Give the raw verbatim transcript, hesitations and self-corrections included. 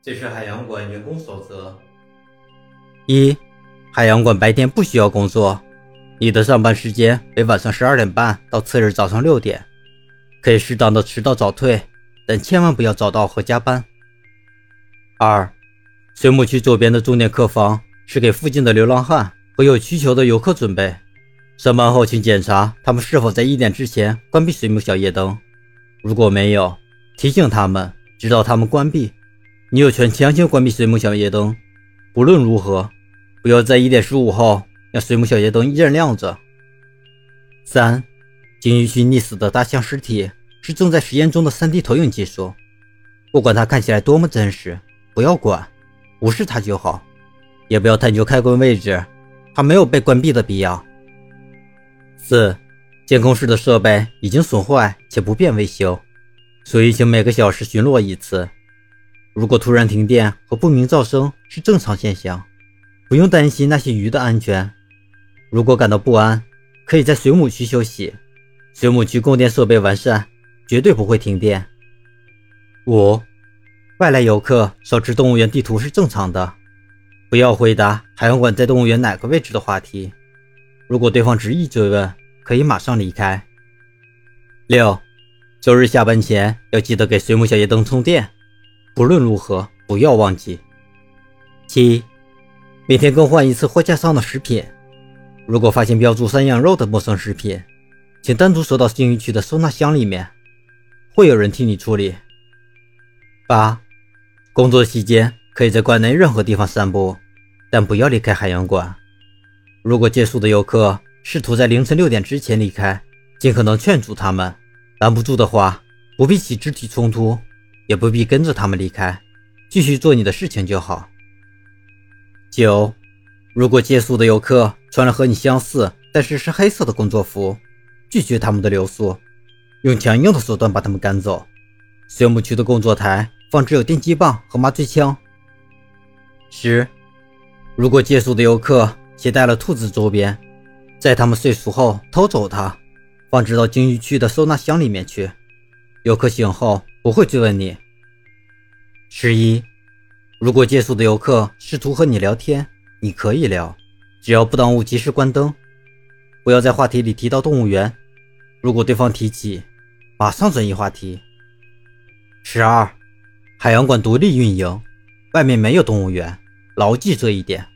这是海洋馆员工守则。 一、海洋馆白天不需要工作，你的上班时间为晚上十二点半到次日早上六点，可以适当的迟到早退，但千万不要早到和加班。二、水母区周边的重点客房是给附近的流浪汉和有需求的游客准备，上班后请检查他们是否在一点之前关闭水母小夜灯，如果没有，提醒他们直到他们关闭。你有权强行关闭水母小夜灯，不论如何，不要在一点十五后让水母小夜灯依然亮着。三、鲸鱼区溺死的大象尸体是正在实验中的 三 D 投影技术，不管它看起来多么真实，不要管，无视它就好，也不要探究开关位置，它没有被关闭的必要。四、监控室的设备已经损坏且不便维修，所以请每个小时巡逻一次。如果突然停电和不明噪声是正常现象，不用担心那些鱼的安全。如果感到不安，可以在水母区休息，水母区供电设备完善，绝对不会停电。五、外来游客手持动物园地图是正常的，不要回答海洋馆在动物园哪个位置的话题。如果对方执意追问，可以马上离开。六、周日下班前要记得给水母小夜灯充电，不论如何不要忘记。七、每天更换一次货架上的食品，如果发现标注山羊肉的陌生食品，请单独收到鲸鱼区的收纳箱里面，会有人替你处理。八、工作期间可以在馆内任何地方散步，但不要离开海洋馆。如果借宿的游客试图在凌晨六点之前离开，尽可能劝阻他们，拦不住的话，不必起肢体冲突，也不必跟着他们离开，继续做你的事情就好。九、如果借宿的游客穿了和你相似但是是黑色的工作服，拒绝他们的留宿，用强硬的手段把他们赶走。水母区的工作台放置有电击棒和麻醉枪。十、如果借宿的游客携带了兔子周边，在他们睡熟后偷走它，放置到鲸鱼区的收纳箱里面去，游客醒后不会追问你。十一、如果借宿的游客试图和你聊天，你可以聊，只要不耽误及时关灯，不要在话题里提到动物园，如果对方提起，马上转移话题。十二、海洋馆独立运营，外面没有动物园，牢记这一点。